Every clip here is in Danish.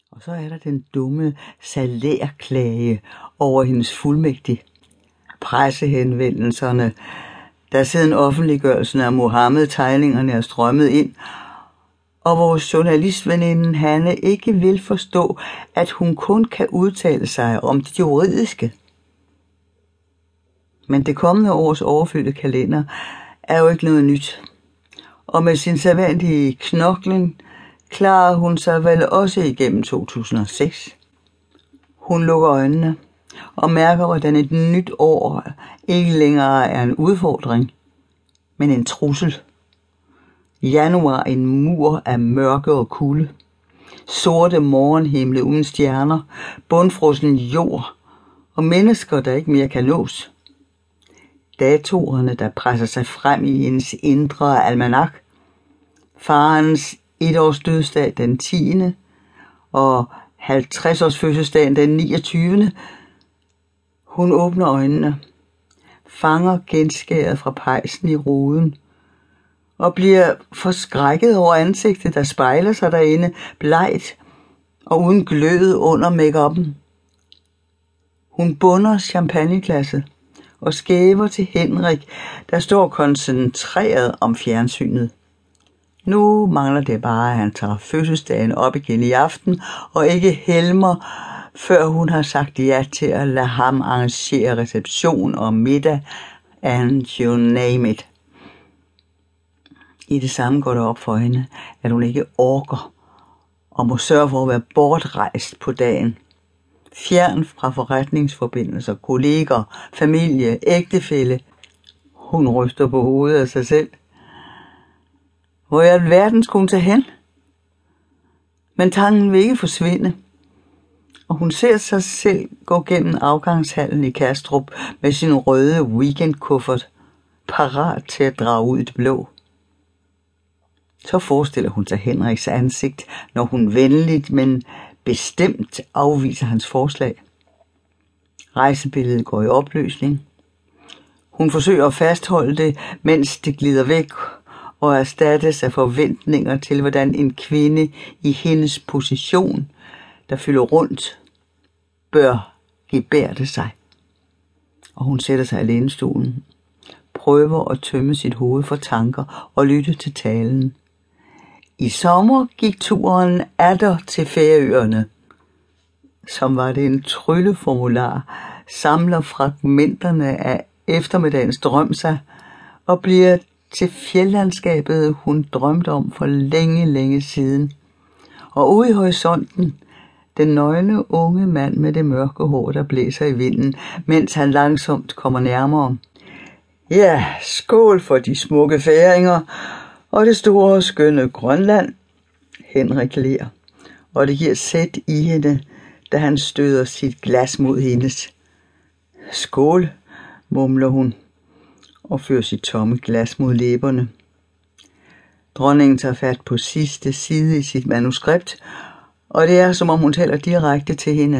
Og så er der den dumme salærklage over hendes fuldmægtig. Pressehenvendelserne, der siden offentliggørelsen af Mohammed-tegningerne er strømmet ind, og vores journalistveninde Hanne ikke vil forstå, at hun kun kan udtale sig om det juridiske. Men det kommende års overfyldte kalender er jo ikke noget nyt. Og med sin sædvanlige knoklen klarer hun sig vel også igennem 2006. Hun lukker øjnene og mærker, hvordan et nyt år ikke længere er en udfordring, men en trussel. Januar en mur af mørke og kulde. Sorte morgenhimle uden stjerner, bundfrossen jord og mennesker, der ikke mere kan nås. Datorerne, der presser sig frem i hendes indre almanak. Farens 1-års dødsdag den 10. og 50-års fødselsdagen den 29. Hun åbner øjnene, fanger genskæret fra pejsen i ruden og bliver forskrækket over ansigtet, der spejler sig derinde, blegt og uden glød under make-up'en. Hun bunder champagneglasset og skæver til Henrik, der står koncentreret om fjernsynet. Nu mangler det bare, at han tager fødselsdagen op igen i aften, og ikke Helmer, før hun har sagt ja til at lade ham arrangere reception og middag, and you name it. I det samme går det op for hende, at hun ikke orker og må sørge for at være bortrejst på dagen. Fjern fra forretningsforbindelser, kolleger, familie, ægtefælle. Hun ryster på hovedet af sig selv. Hvor i alverden skulle hun tage hen? Men tanken vil ikke forsvinde. Og hun ser sig selv gå gennem afgangshallen i Kastrup med sin røde weekendkuffert, parat til at drage ud i det blå. Så forestiller hun sig Henriks ansigt, når hun venligt, men bestemt afviser hans forslag. Rejsebilledet går i opløsning. Hun forsøger at fastholde det, mens det glider væk og erstattes af forventninger til, hvordan en kvinde i hendes position, der fylder rundt, bør gebærde sig. Og hun sætter sig i lænestolen, prøver at tømme sit hoved for tanker og lytte til talen. I sommer gik turen atter til Færøerne, som var det en trylleformular, samler fragmenterne af eftermiddagens drøm sig og bliver til fjeldlandskabet, hun drømte om for længe, længe siden. Og ude i horisonten, den nøgne unge mand med det mørke hår, der blæser i vinden, mens han langsomt kommer nærmere. Ja, skål for de smukke færinger og det store skønne Grønland. Henrik ler, og det giver sæt i hende, da han støder sit glas mod hendes. Skål, mumler hun og fører sit tomme glas mod læberne. Dronningen tager fat på sidste side i sit manuskript, og det er, som om hun taler direkte til hende.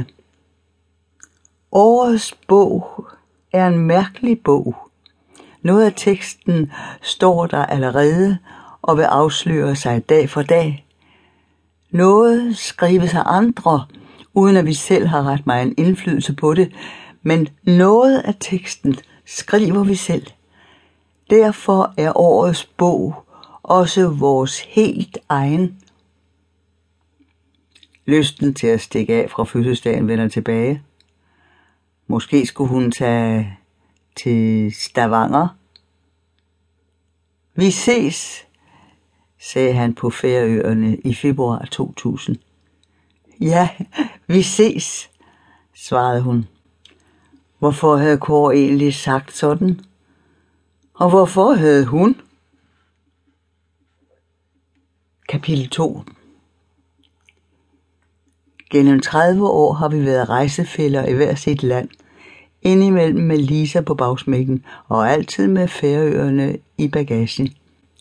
Årets bog er en mærkelig bog. Noget af teksten står der allerede og vil afsløre sig dag for dag. Noget skrives af andre, uden at vi selv har ret meget en indflydelse på det, men noget af teksten skriver vi selv. Derfor er årets bog også vores helt egen. Lysten til at stikke af fra fødselsdagen vender tilbage. Måske skulle hun tage til Stavanger. Vi ses, sagde han på Færøerne i februar 2000. Ja, vi ses, svarede hun. Hvorfor havde Kåre egentlig sagt sådan? Og hvorfor havde hun? Kapitel 2. Gennem 30 år har vi været rejsefæller i hver sit land, indimellem med Lisa på bagsmækken og altid med Færøerne i bagagen.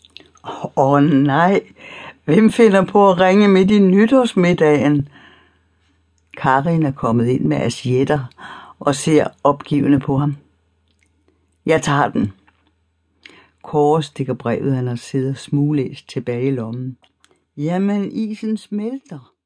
Nej, hvem finder på at ringe midt i nytårsmiddagen? Karin er kommet ind med asjetter og ser opgivende på ham. Jeg tager den. Kåre stikker brevet, han har siddet smuglæst tilbage i lommen. Jamen, isen smelter.